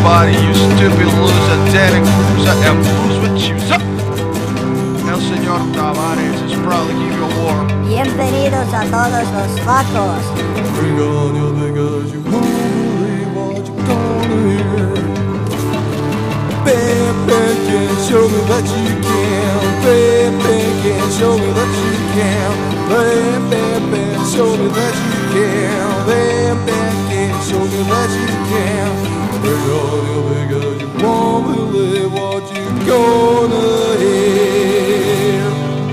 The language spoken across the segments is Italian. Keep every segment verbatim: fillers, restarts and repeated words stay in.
nobody, you stupid loser. Danny Cruiser and Bruce with Chooser. El Señor Tavares is proud to give you a war. Bienvenidos a todos los facos. Bring on your because you won't believe what you're gonna hear. Bam, bam, can show me that you can. Bam, bam, can show me that you can. Bam, bam, bam, show me that you can. Bam, bam, can show me that you can. Bring on your because you won't believe what you're gonna hear.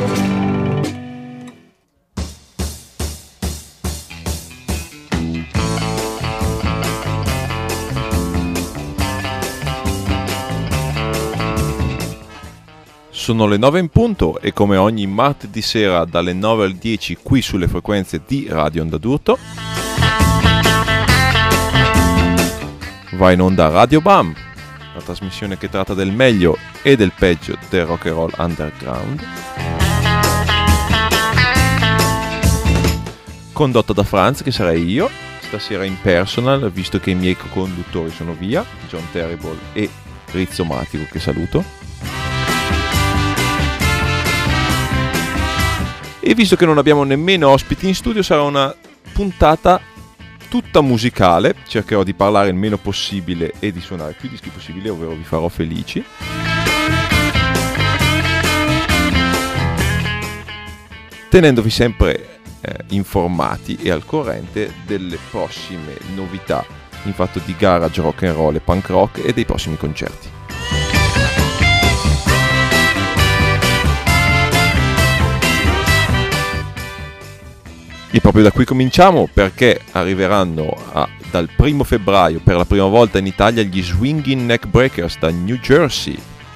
Sono le nove in punto e come ogni martedì sera dalle nove alle dieci qui sulle frequenze di Radio Onda d'Urto va in onda Radio Bam, la trasmissione che tratta del meglio e del peggio del rock and roll underground, condotta da Franz, che sarei io stasera in personal, visto che i miei co-conduttori sono via, John Terrible e Rizzo Matico, che saluto. E visto che non abbiamo nemmeno ospiti in studio, sarà una puntata tutta musicale. Cercherò di parlare il meno possibile e di suonare più dischi possibile, ovvero vi farò felici. Tenendovi sempre eh, informati e al corrente delle prossime novità in fatto di garage, rock and roll e punk rock e dei prossimi concerti. E proprio da qui cominciamo, perché arriveranno a, dal primo febbraio per la prima volta in Italia gli Swingin' Neckbreakers da New Jersey.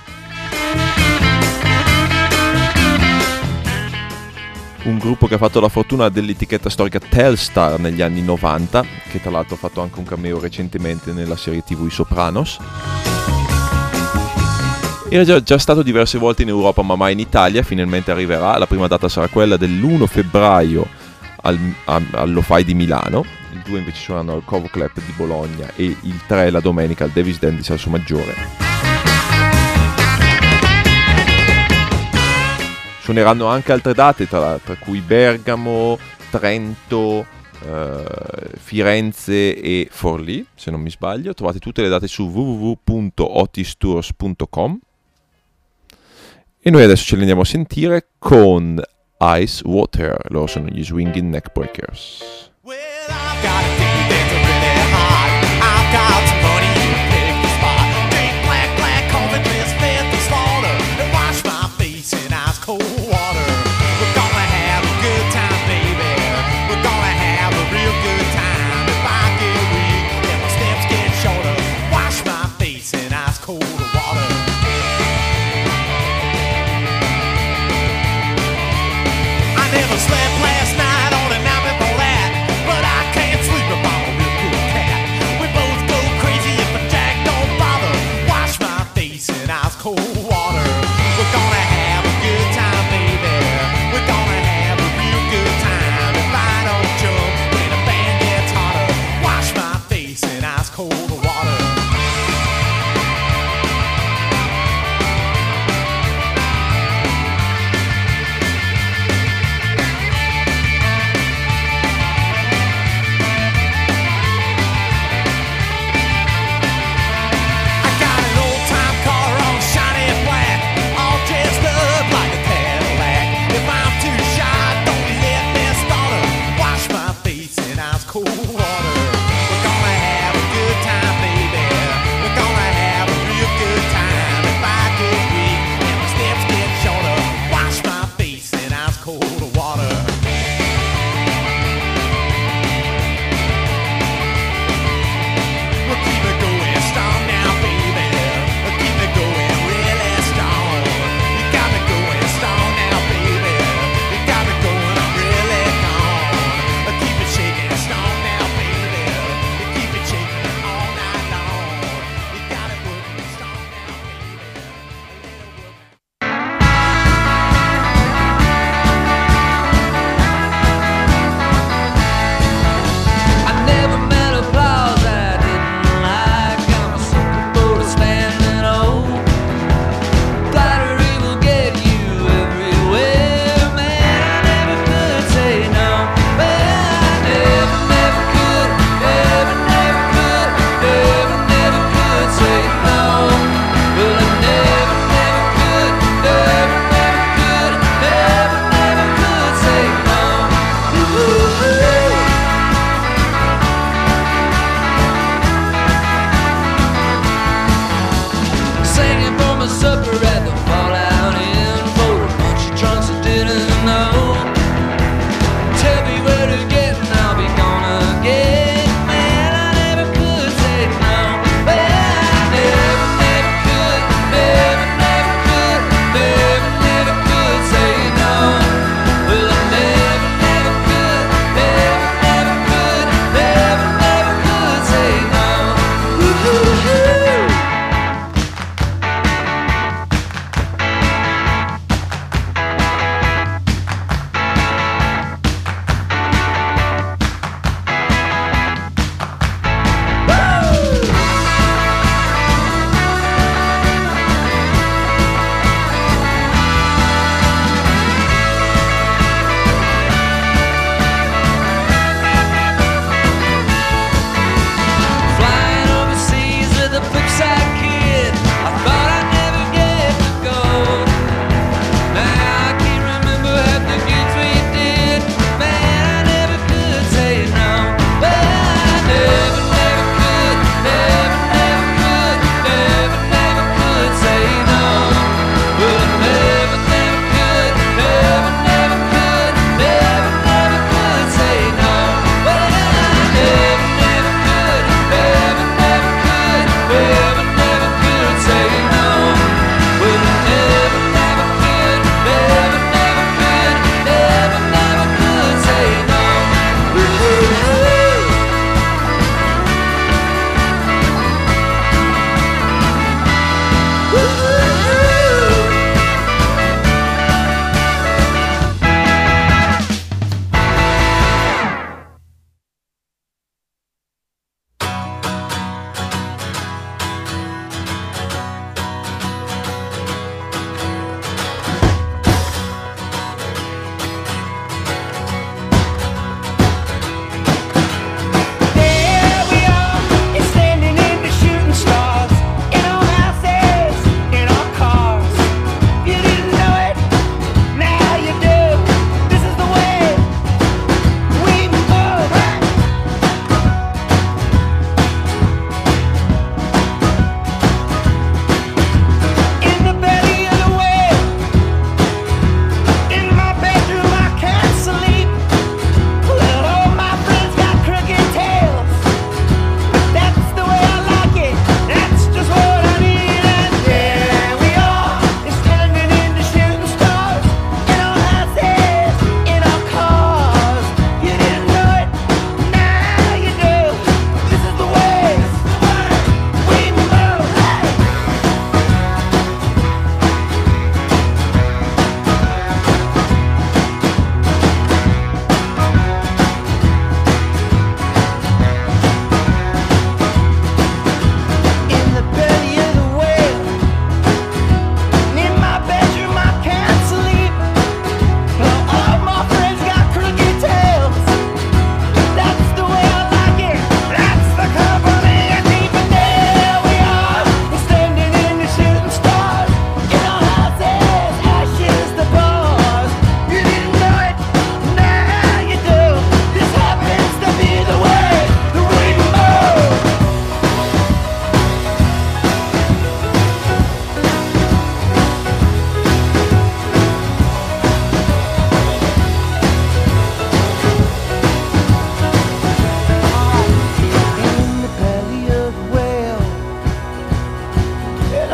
Un gruppo che ha fatto la fortuna dell'etichetta storica Telstar negli anni novanta, che tra l'altro ha fatto anche un cameo recentemente nella serie tivù I Sopranos. Era già, già stato diverse volte in Europa, ma mai in Italia. Finalmente arriverà. La prima data sarà quella dell'primo febbraio Al, a, allo Fai di Milano, il due invece suoneranno al Covo Club di Bologna e il tre la domenica al Davis Den di Salsomaggiore. Suoneranno anche altre date, tra, tra cui Bergamo, Trento, eh, Firenze e Forlì, se non mi sbaglio. Trovate tutte le date su w w w punto otis tours punto com e noi adesso ce le andiamo a sentire con Ice Water. Loro sono gli Swingin' Neckbreakers. Well, I've got a ticket that's really hot. I've got some money, you pick the spot. Drink black, black coffee, let's fit the slaughter. And wash my face in ice cold water. We're gonna have a good time, baby. We're gonna have a real good time. If I get weak and my steps get shorter, wash my face in ice cold water. Never slept last night on the night before that, but I can't sleep if I'm a real cool cat. We both go crazy if a jack don't bother. Wash my face in ice cold water. We're gonna have a good time, baby. We're gonna have a real good time. If I don't jump when a band gets hotter, wash my face in ice cold water.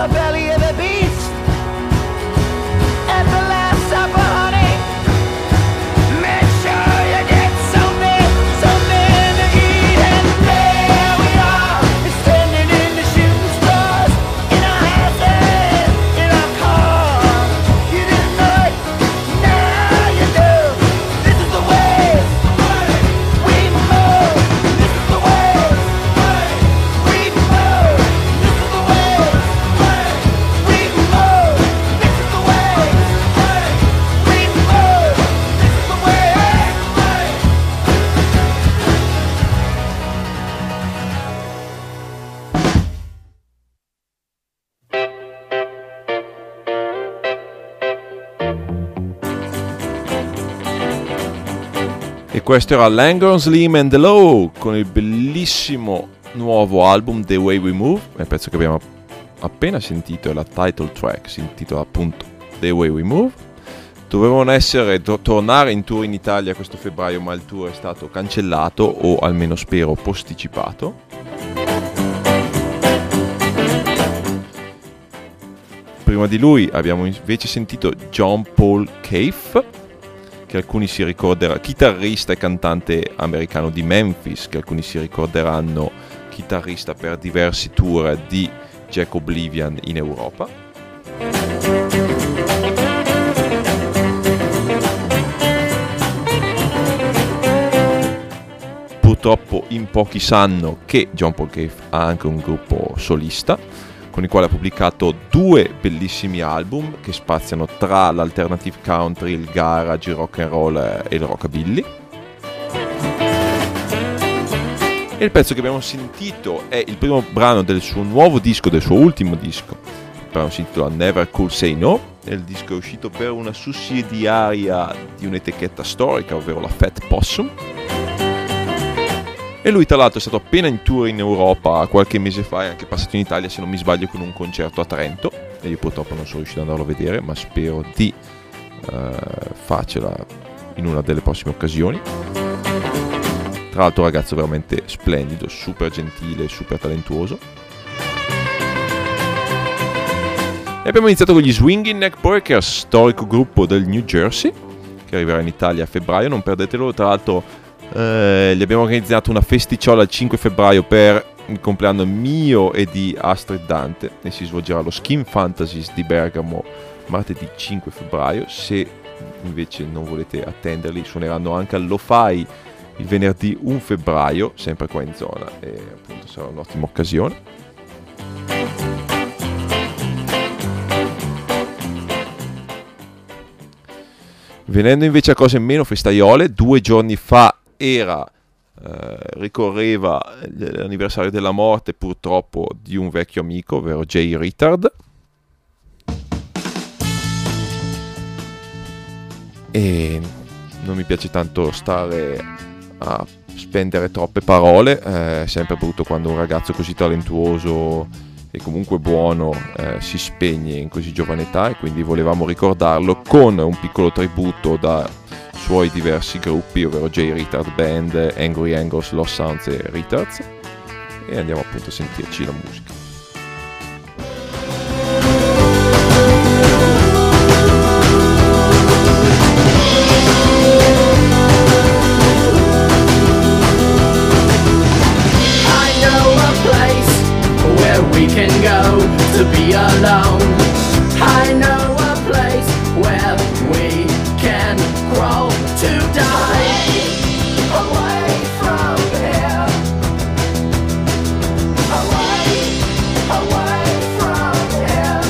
the belly of the beast. At the last supper, honey, make sure you get something, something to eat. And there we are, standing in the shooting stars, in our houses, in our cars. You didn't know it, now you do. This is the way we move. This is the way we move. This is the way we move. This is the way we move. This is the way. E questo era Langdon, Slim and the Low con il bellissimo nuovo album The Way We Move. Il pezzo che abbiamo appena sentito è la title track, si intitola appunto The Way We Move. Dovevano essere to- tornare in tour in Italia questo febbraio, ma il tour è stato cancellato o almeno spero posticipato. Prima di lui abbiamo invece sentito John Paul Caffe, che alcuni si ricorderanno, chitarrista e cantante americano di Memphis, che alcuni si ricorderanno chitarrista per diversi tour di Jack Oblivion in Europa. Purtroppo in pochi sanno che John Paul Caffe ha anche un gruppo solista, con il quale ha pubblicato due bellissimi album che spaziano tra l'alternative country, il garage, il rock and roll e il rockabilly. E il pezzo che abbiamo sentito è il primo brano del suo nuovo disco, del suo ultimo disco. Il brano si intitola Never Could Say No, e il disco è uscito per una sussidiaria di un'etichetta storica, ovvero la Fat Possum. E lui tra l'altro è stato appena in tour in Europa qualche mese fa, e anche passato in Italia se non mi sbaglio con un concerto a Trento, e io purtroppo non sono riuscito ad andarlo a vedere, ma spero di uh, farcela in una delle prossime occasioni. Tra l'altro ragazzo veramente splendido, super gentile, super talentuoso. E abbiamo iniziato con gli Swingin' Neckbreakers, storico gruppo del New Jersey, che arriverà in Italia a febbraio, non perdetelo. Tra l'altro Eh, gli abbiamo organizzato una festicciola il cinque febbraio per il compleanno mio e di Astrid Dante, e si svolgerà allo Skin Fantasies di Bergamo martedì cinque febbraio. Se invece non volete attenderli, suoneranno anche all'O-Fi il venerdì primo febbraio, sempre qua in zona, e appunto sarà un'ottima occasione. Venendo invece a cose meno festaiole, due giorni fa era eh, ricorreva l'anniversario della morte purtroppo di un vecchio amico, ovvero Jay Ritard, e non mi piace tanto stare a spendere troppe parole, è sempre brutto quando un ragazzo così talentuoso e comunque buono eh, si spegne in così giovane età, e quindi volevamo ricordarlo con un piccolo tributo da suoi diversi gruppi, ovvero Jay Ritard Band, Angry Angles, Lost Sounds e Ritards, e andiamo appunto a sentirci la musica. I know a place where we can go to be alone. I know a place where we can crawl to die, away from here, away, away from here.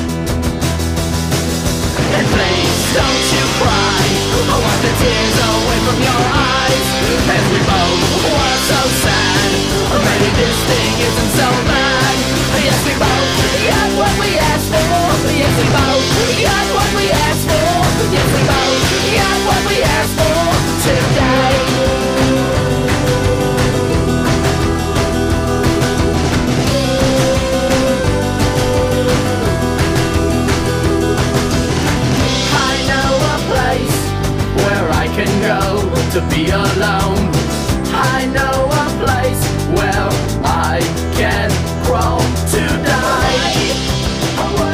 And please don't you cry, wipe the tears away from your eyes, as we both were so sad. Maybe this thing isn't so bad. Yes, we both got what we asked for. Yes, we both got what we asked for. Yes, we both got what we asked for today. I know a place where I can go to be alone. I know a place where I can crawl to die. Away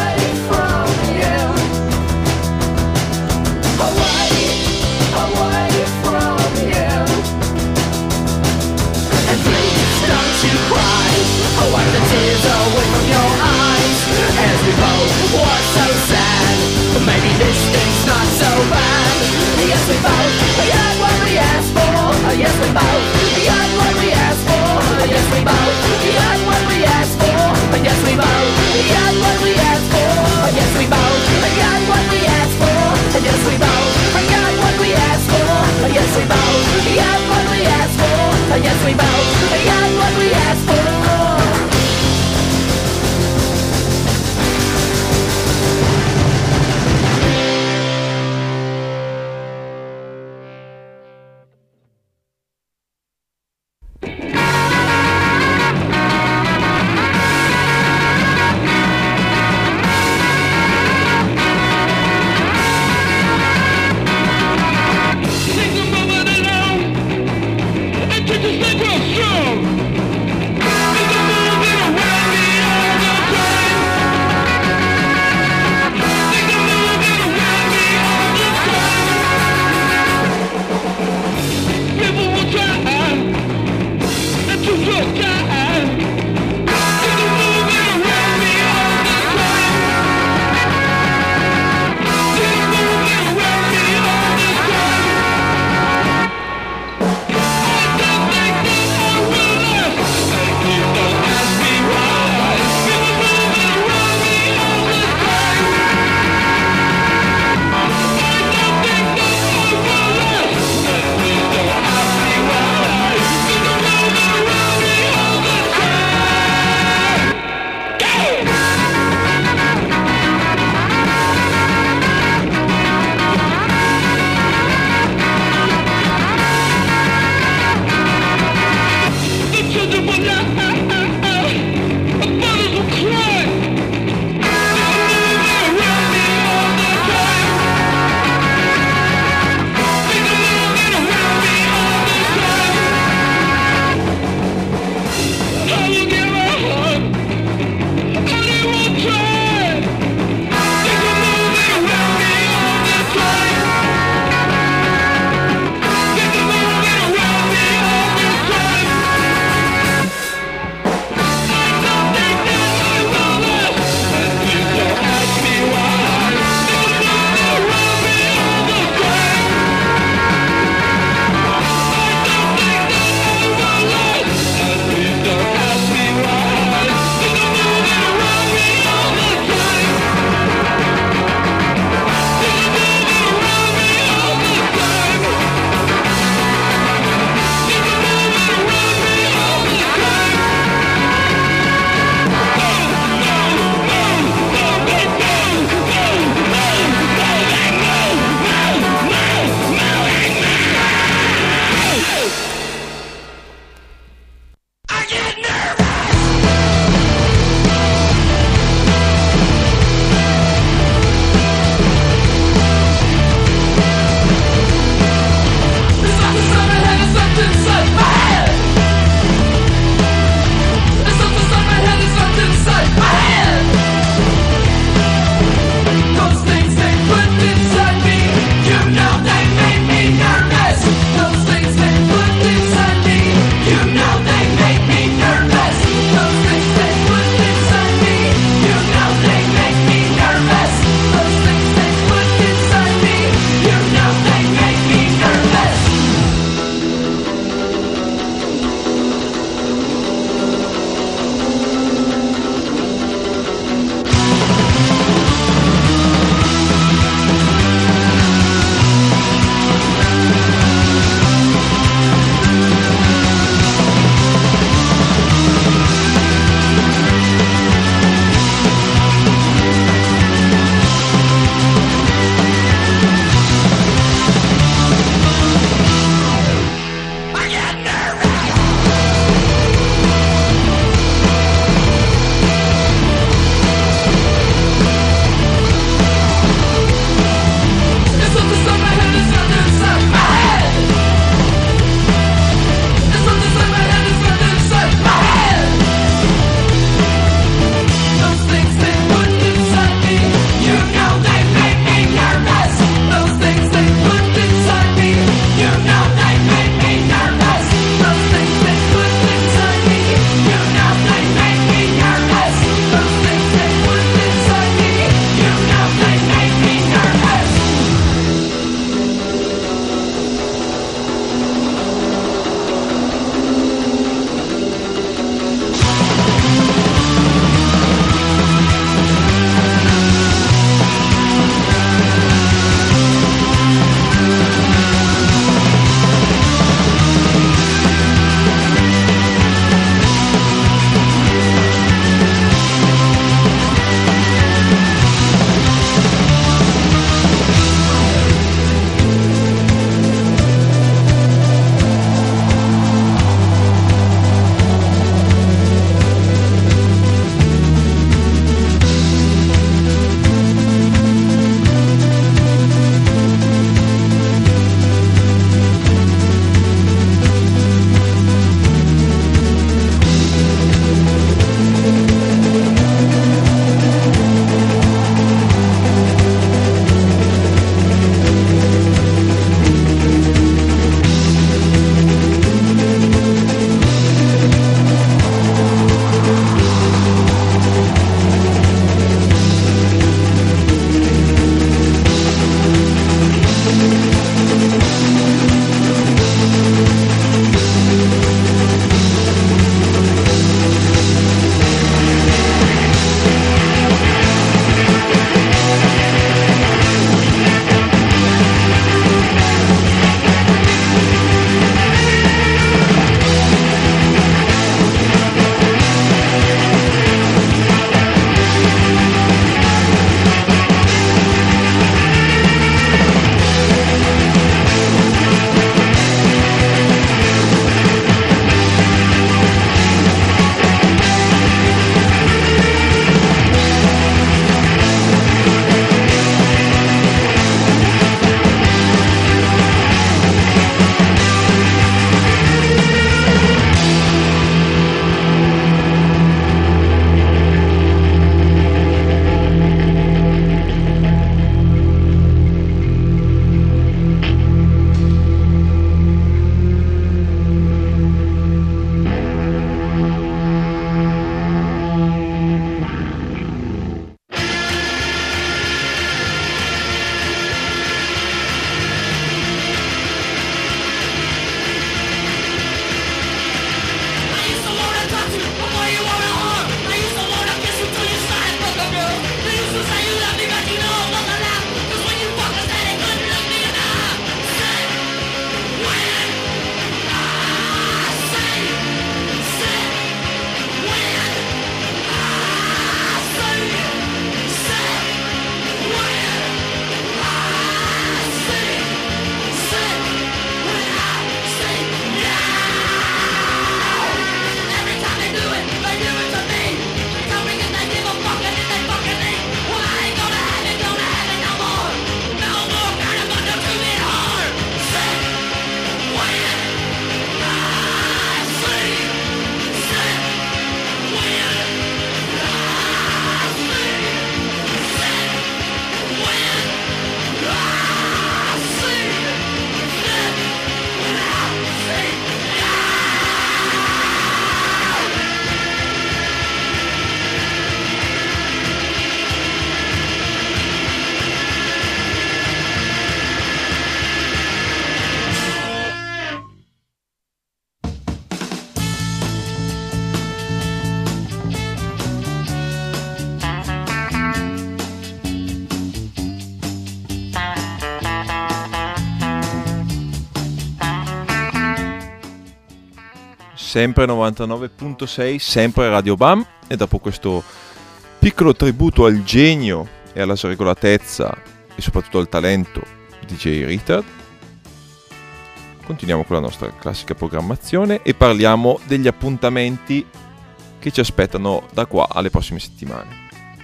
sempre novantanove virgola sei, sempre Radio Bam, e dopo questo piccolo tributo al genio e alla sregolatezza e soprattutto al talento di D J Retard, continuiamo con la nostra classica programmazione e parliamo degli appuntamenti che ci aspettano da qua alle prossime settimane.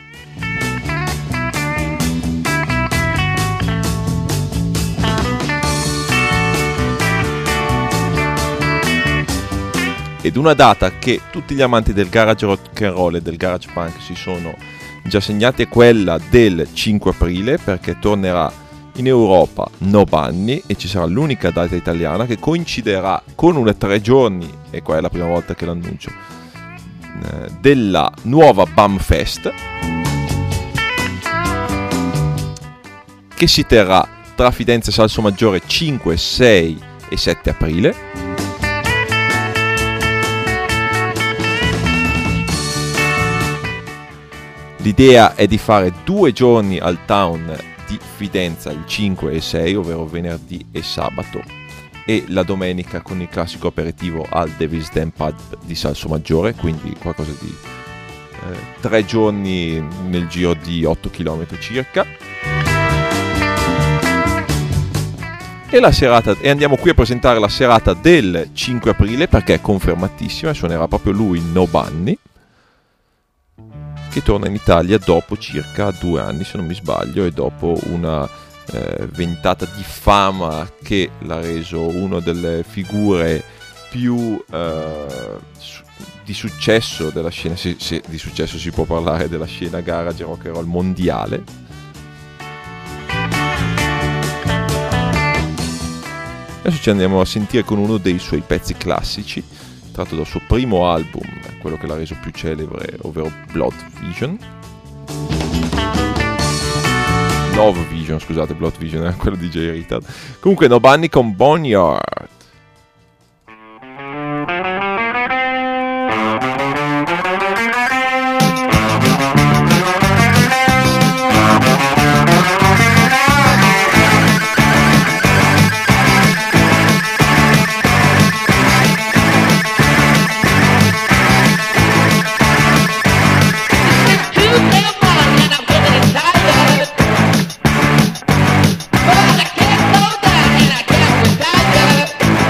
Ed una data che tutti gli amanti del garage rock and roll e del garage punk si sono già segnati è quella del cinque aprile, perché tornerà in Europa No Bunny e ci sarà l'unica data italiana che coinciderà con una tre giorni, e qua è la prima volta che l'annuncio, eh, della nuova Bam Fest, che si terrà tra Fidenza e Salsomaggiore cinque, sei e sette aprile. L'idea è di fare due giorni al town di Fidenza, il cinque e sei, ovvero venerdì e sabato, e la domenica con il classico aperitivo al Devil's Den Pub di Salsomaggiore, quindi qualcosa di eh, tre giorni nel giro di otto chilometri circa. E, la serata, e andiamo qui a presentare la serata del cinque aprile, perché è confermatissima e suonerà proprio lui, No Bunny, che torna in Italia dopo circa due anni, se non mi sbaglio, e dopo una eh, ventata di fama che l'ha reso una delle figure più eh, su- di successo della scena, se, se di successo si può parlare, della scena garage rock and roll mondiale. Adesso ci andiamo a sentire con uno dei suoi pezzi classici, tratto dal suo primo album, quello che l'ha reso più celebre, ovvero Blood Vision. Love Vision, scusate, Blood Vision è quello di J Retard. Comunque No Bunny con Boneyard. But I can't slow down and I can't retire.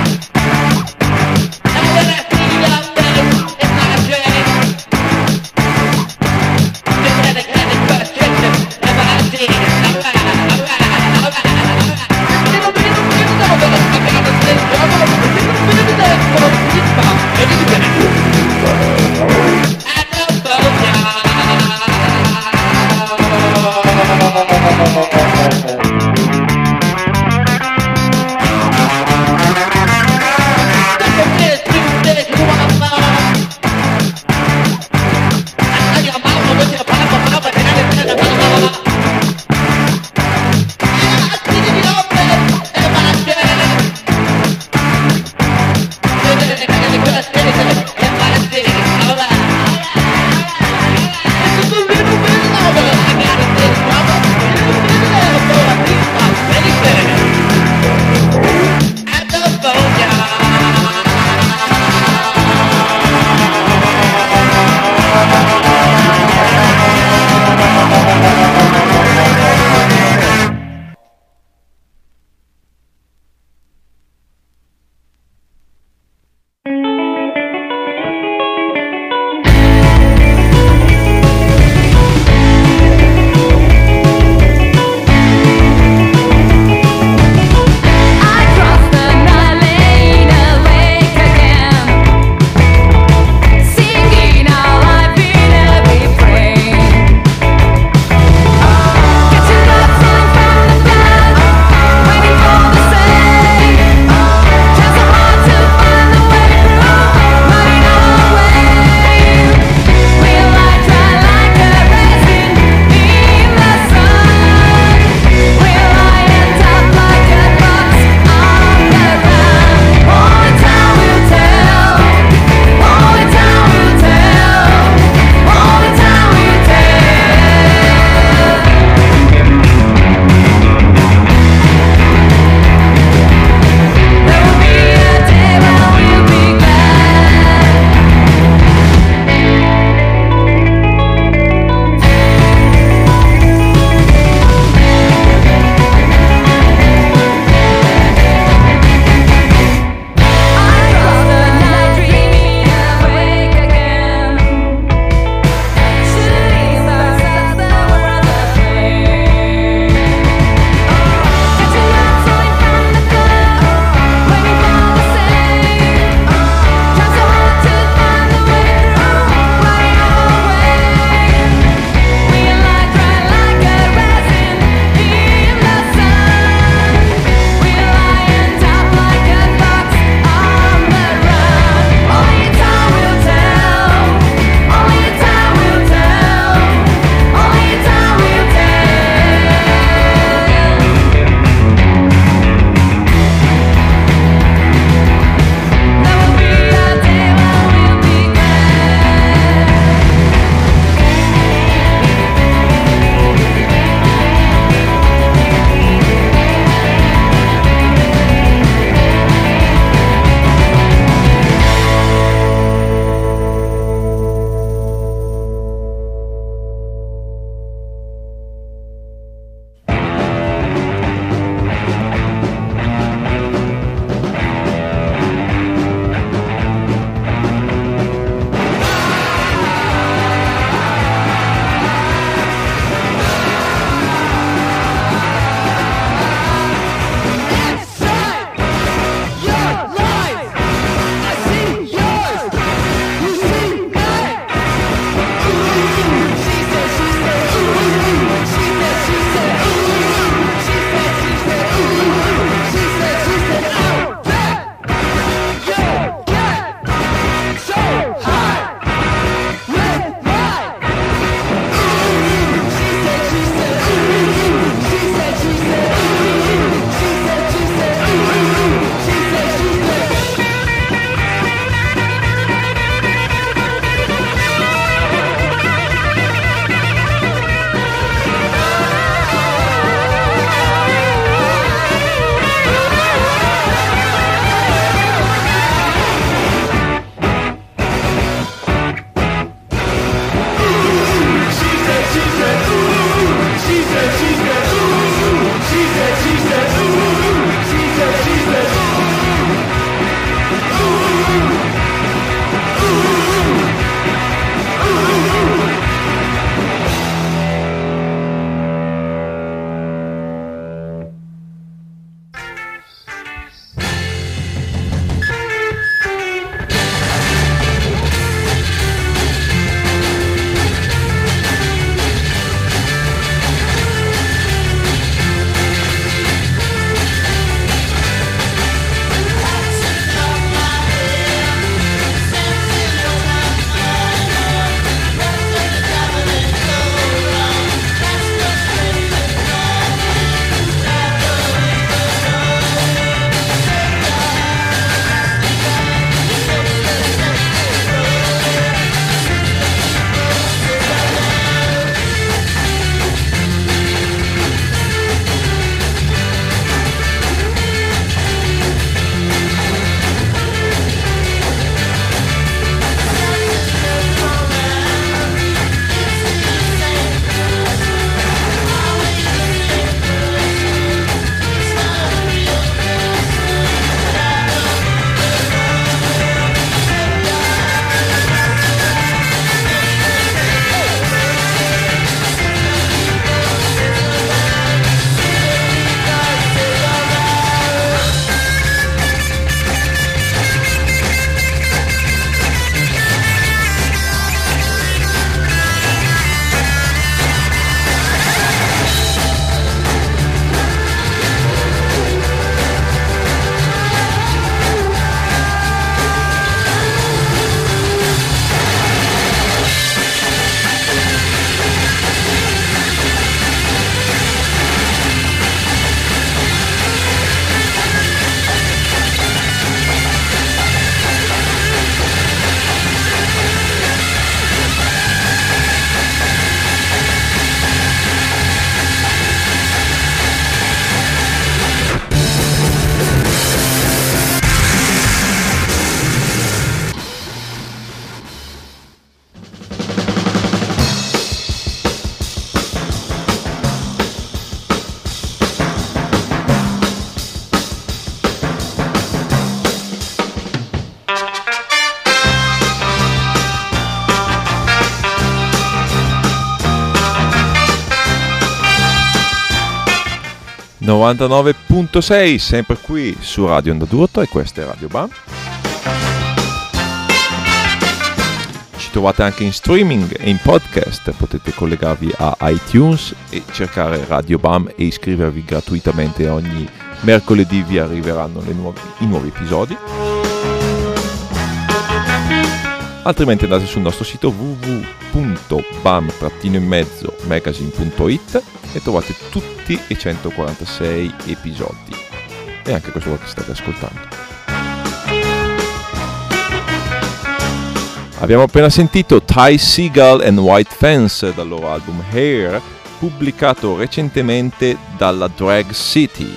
novantanove virgola sei, sempre qui su Radio Onda d'Urto, e questa è Radio Bam. Ci trovate anche in streaming e in podcast, potete collegarvi a iTunes e cercare Radio Bam e iscrivervi gratuitamente. Ogni mercoledì vi arriveranno le nuove, i nuovi episodi. Altrimenti andate sul nostro sito w w w punto bam in mezzo magazine punto it e trovate tutti i centoquarantasei episodi e anche questo che state ascoltando. Abbiamo appena sentito Ty Segall and White Fence dal loro album Hair, pubblicato recentemente dalla Drag City.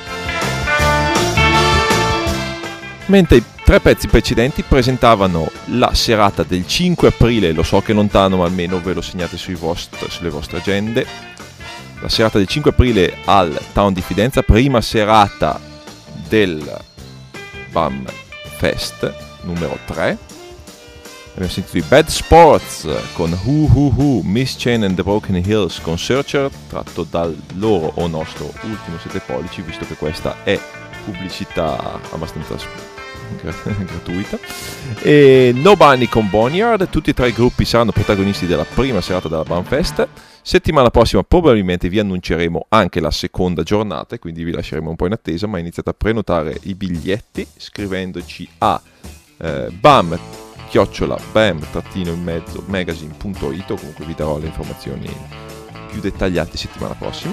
Mentre i tre pezzi precedenti presentavano la serata del cinque aprile, lo so che è lontano ma almeno ve lo segnate sui vostri, sulle vostre agende, la serata del cinque aprile al Town di Fidenza, prima serata del Bam Fest numero tre. Abbiamo sentito i Bad Sports con Who Who Who, Miss Chain and the Broken Hills con Searcher, tratto dal loro o nostro ultimo sette pollici, visto che questa è pubblicità abbastanza gratuita. E No Bunny con Boneyard. Tutti e tre i gruppi saranno protagonisti della prima serata della Bam Fest. Settimana prossima probabilmente vi annunceremo anche la seconda giornata, e quindi vi lasceremo un po' in attesa, ma iniziate a prenotare i biglietti scrivendoci a eh, bam chiocciola bam trattino in mezzo magazine punto it, o comunque vi darò le informazioni più dettagliate settimana prossima.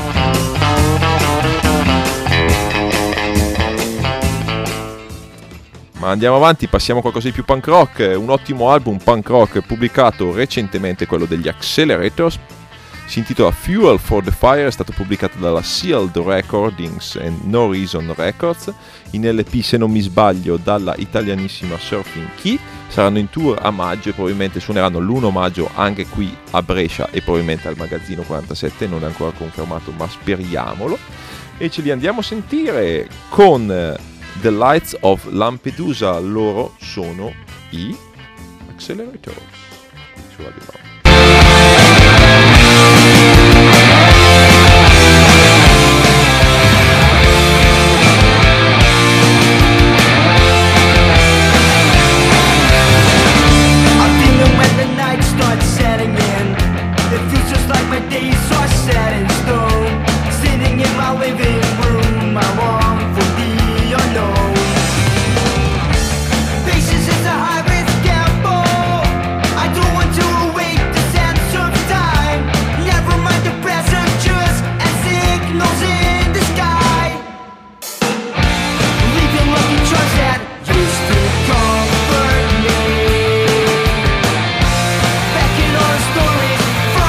Ma andiamo avanti, passiamo a qualcosa di più punk rock. Un ottimo album punk rock pubblicato recentemente, quello degli Accelerators, si intitola Fuel for the Fire, è stato pubblicato dalla Sealed Recordings and No Reason Records, in L P se non mi sbaglio dalla italianissima Surfing Key. Saranno in tour a maggio e probabilmente suoneranno l'primo maggio anche qui a Brescia e probabilmente al Magazzino quarantasette, non è ancora confermato ma speriamolo, e ce li andiamo a sentire con The Lights of Lampedusa. Loro sono i Accelerator su Radio Bam.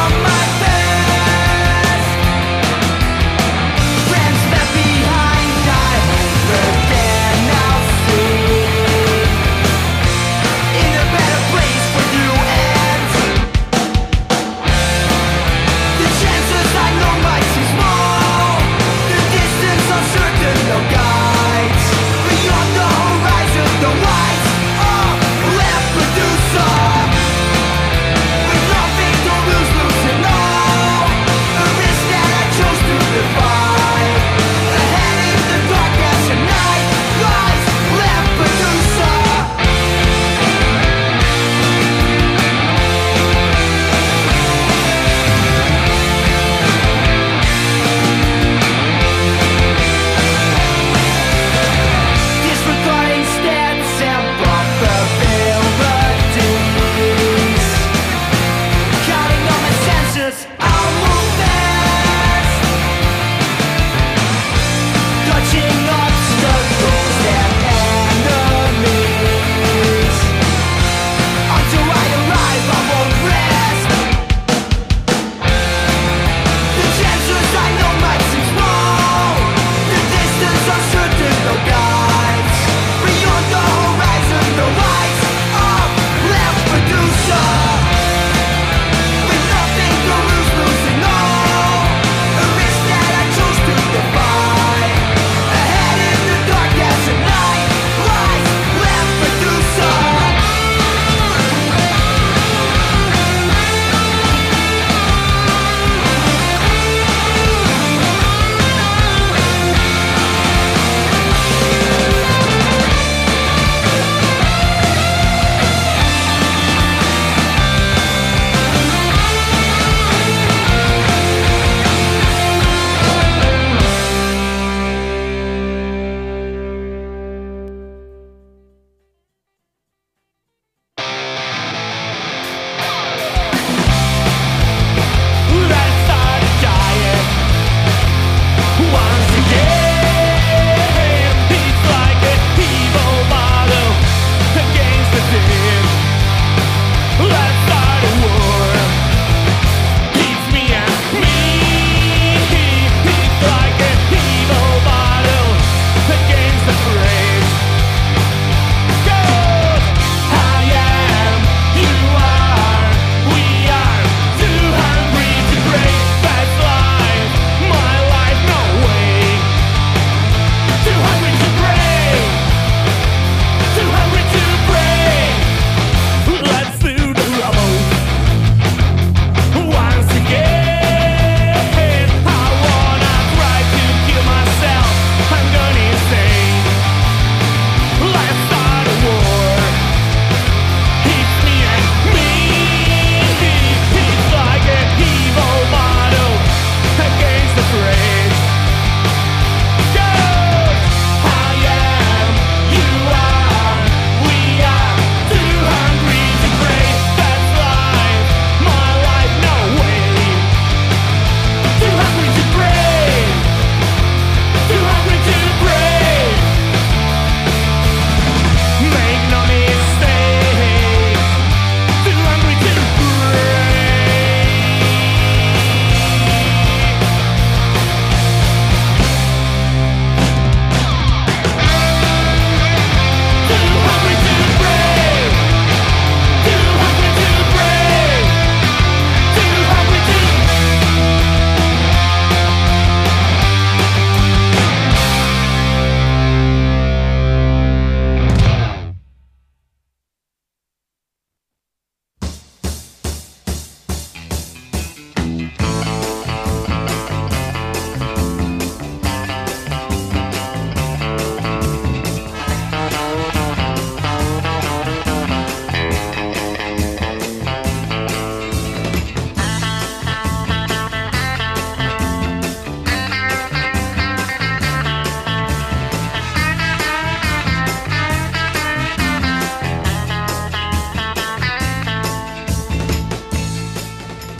Friends left behind.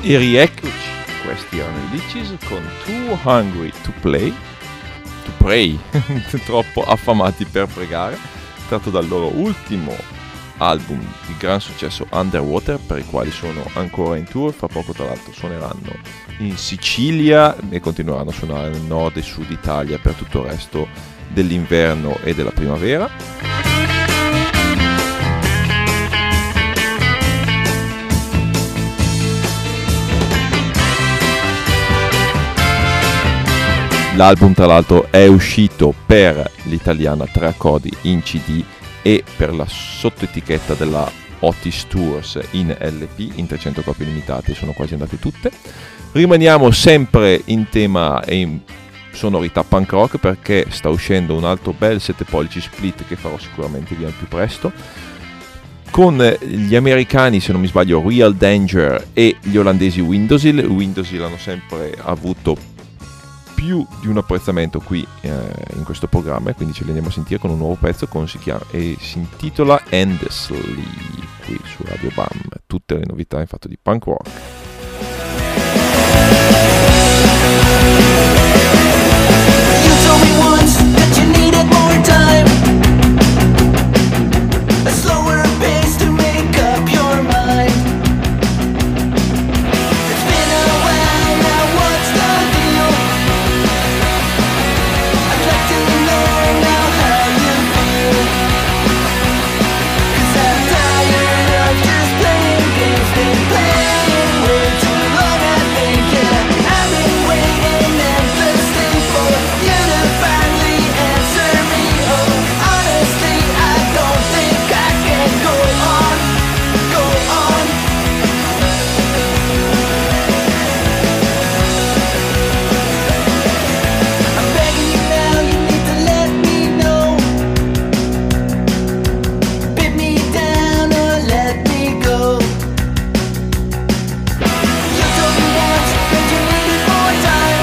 E rieccoci, questi erano i Litchis con Too Hungry to Play, to Pray, troppo affamati per pregare, tratto dal loro ultimo album di gran successo Underwater, per i quali sono ancora in tour. Fra poco tra l'altro suoneranno in Sicilia e continueranno a suonare nel nord e sud Italia per tutto il resto dell'inverno e della primavera. L'album tra l'altro è uscito per l'italiana Tre Accordi in C D e per la sottoetichetta della Otis Tours in L P, in trecento copie limitate, sono quasi andate tutte. Rimaniamo sempre in tema e in sonorità punk rock, perché sta uscendo un altro bel sette pollici split che farò sicuramente via al più presto, con gli americani, se non mi sbaglio, Real Danger e gli olandesi Windowsill. Windowsill hanno sempre avuto più di un apprezzamento qui eh, in questo programma, e quindi ce li andiamo a sentire con un nuovo pezzo con, si chiama, e si intitola Endlessly, qui su Radio Bam. Tutte le novità in fatto di punk rock. You told me once that you needed more time, a slower pace to make up your mind. It's been a while now, what's the deal? I'd like to know now how you feel, 'cause I'm tired of just playing games, been playing way too long, I think, yeah. I've been waiting endlessly for you to finally answer me. Oh, honestly, I don't think I can go on, go on. I'm begging you now, you need to let me know. Pin me down or let me go. You told me once that you needed more time,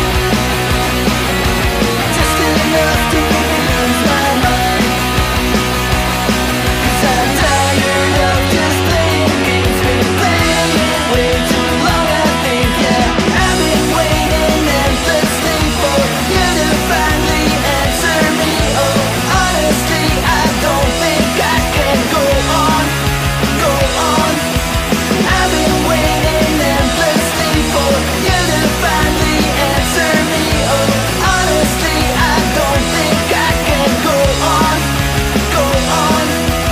just enough to make me lose my mind. 'Cause I'm tired of just playing games, been playing way too long, I think, yeah. I've been waiting endlessly for you to finally answer me. Oh, honestly, I don't think I can go on, go on. I've been waiting endlessly for you to finally answer me. Oh, honestly, I don't think I can go on, go on.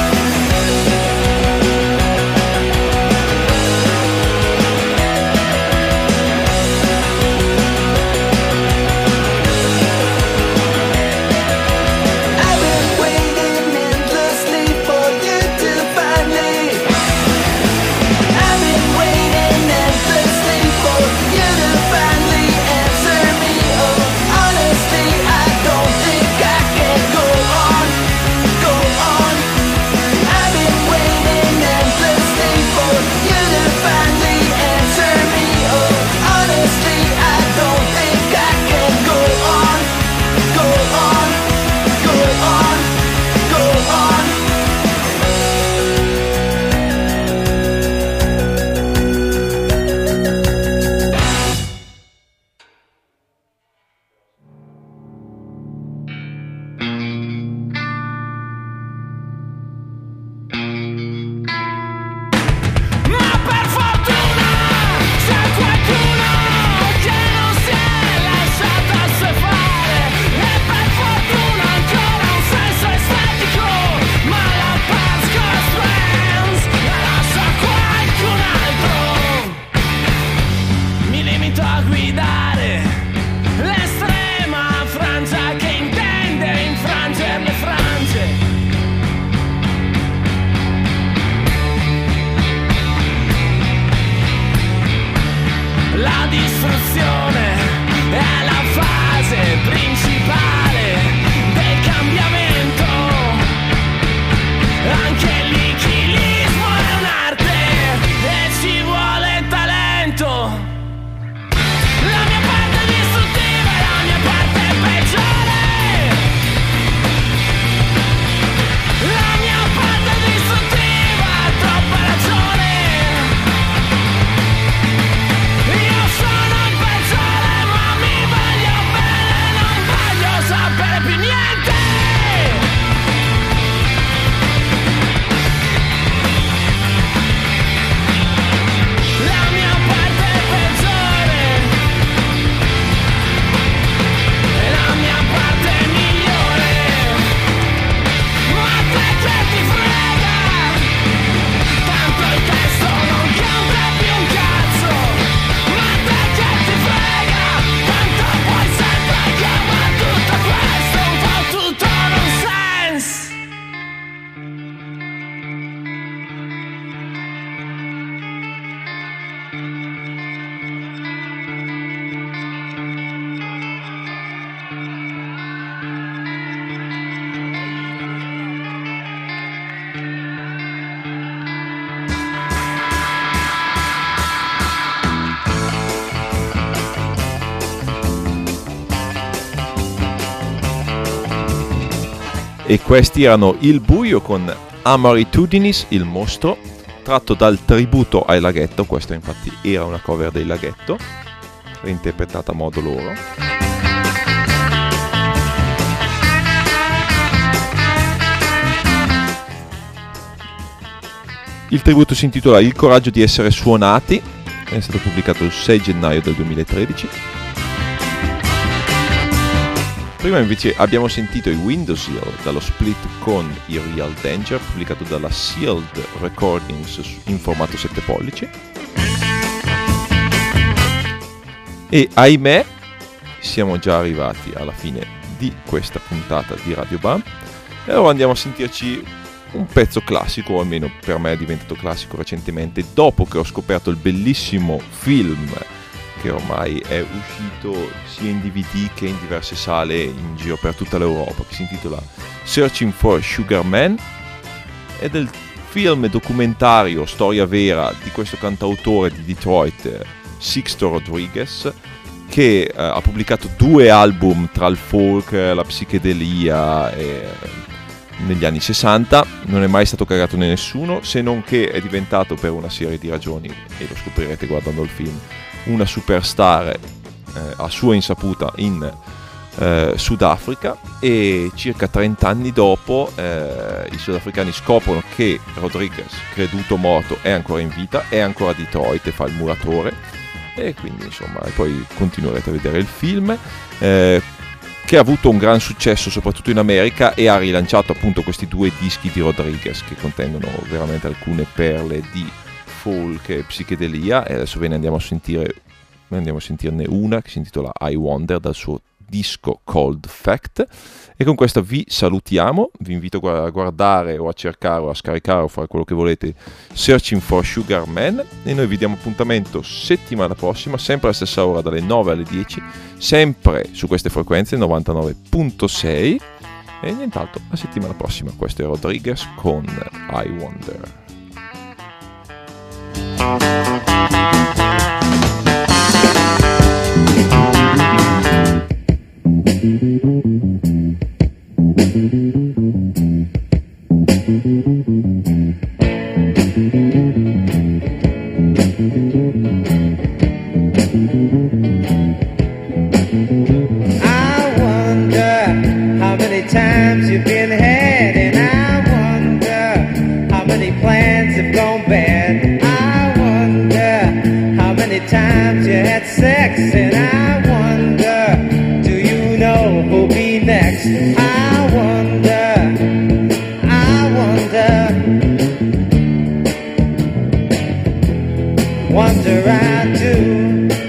I've been waiting endlessly for you to finally. I've been waiting endlessly for you to finally answer me. Oh, honestly, I don't think I can go on, go on. I've been waiting endlessly for you to finally answer me. Oh, honestly, I don't think I can go on, go on, go on, go on. Ma per fortuna c'è qualcuno che non si è lasciato assuefare, e per fortuna ancora un senso estetico, ma la past goes friends la lascia qualcun altro. Mi limito a guidare l'estrema frangia che intende infrangere le frange. La distruzione è la fase principale del cambiamento. Anche l'nichilismo è un'arte e ci vuole talento. La mia parte distruttiva è la mia parte peggiore. La mia parte distruttiva ha troppa ragione. E questi erano Il Buio con Amaritudinis, il mostro, tratto dal tributo ai Laghetto. Questa infatti era una cover dei Laghetto, reinterpretata a modo loro. Il tributo si intitola Il coraggio di essere suonati, è stato pubblicato il sei gennaio del duemilatredici. Prima invece abbiamo sentito i Window Seal dallo split con i Real Danger, pubblicato dalla Sealed Recordings in formato sette pollici. E ahimè, siamo già arrivati alla fine di questa puntata di Radio Bam. E ora andiamo a sentirci un pezzo classico, o almeno per me è diventato classico recentemente, dopo che ho scoperto il bellissimo film che ormai è uscito sia in D V D che in diverse sale in giro per tutta l'Europa, che si intitola Searching for Sugar Man. È del film documentario, storia vera, di questo cantautore di Detroit, Sixto Rodriguez, che eh, ha pubblicato due album tra il folk, la psichedelia e, negli anni sessanta. Non è mai stato cagato da nessuno, se non che è diventato, per una serie di ragioni, e lo scoprirete guardando il film, una superstar eh, a sua insaputa in eh, Sudafrica. E circa trenta anni dopo eh, i sudafricani scoprono che Rodriguez, creduto morto, è ancora in vita, è ancora a Detroit e fa il muratore. E quindi insomma, poi continuerete a vedere il film, eh, che ha avuto un gran successo soprattutto in America e ha rilanciato appunto questi due dischi di Rodriguez che contengono veramente alcune perle di folk e psichedelia. E adesso ve ne andiamo a sentire ne andiamo a sentirne una che si intitola I Wonder, dal suo disco Cold Fact. E con questo vi salutiamo, vi invito a guardare o a cercare o a scaricare o fare quello che volete Searching for Sugar Man, e noi vi diamo appuntamento settimana prossima, sempre alla stessa ora, dalle nove alle dieci, sempre su queste frequenze novantanove virgola sei. E nient'altro, la settimana prossima. Questo è Rodriguez con I Wonder. Times you've been had, and I wonder how many plans have gone bad. I wonder how many times you had sex, and I wonder, do you know who'll be next? I wonder, I wonder, wonder I do.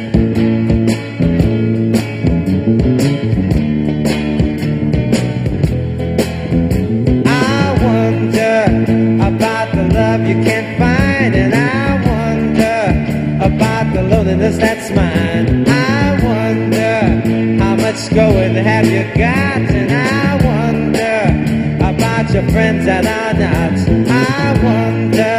You can't find, and I wonder about the loneliness that's mine. I wonder how much going have you got, and I wonder about your friends that are not. I wonder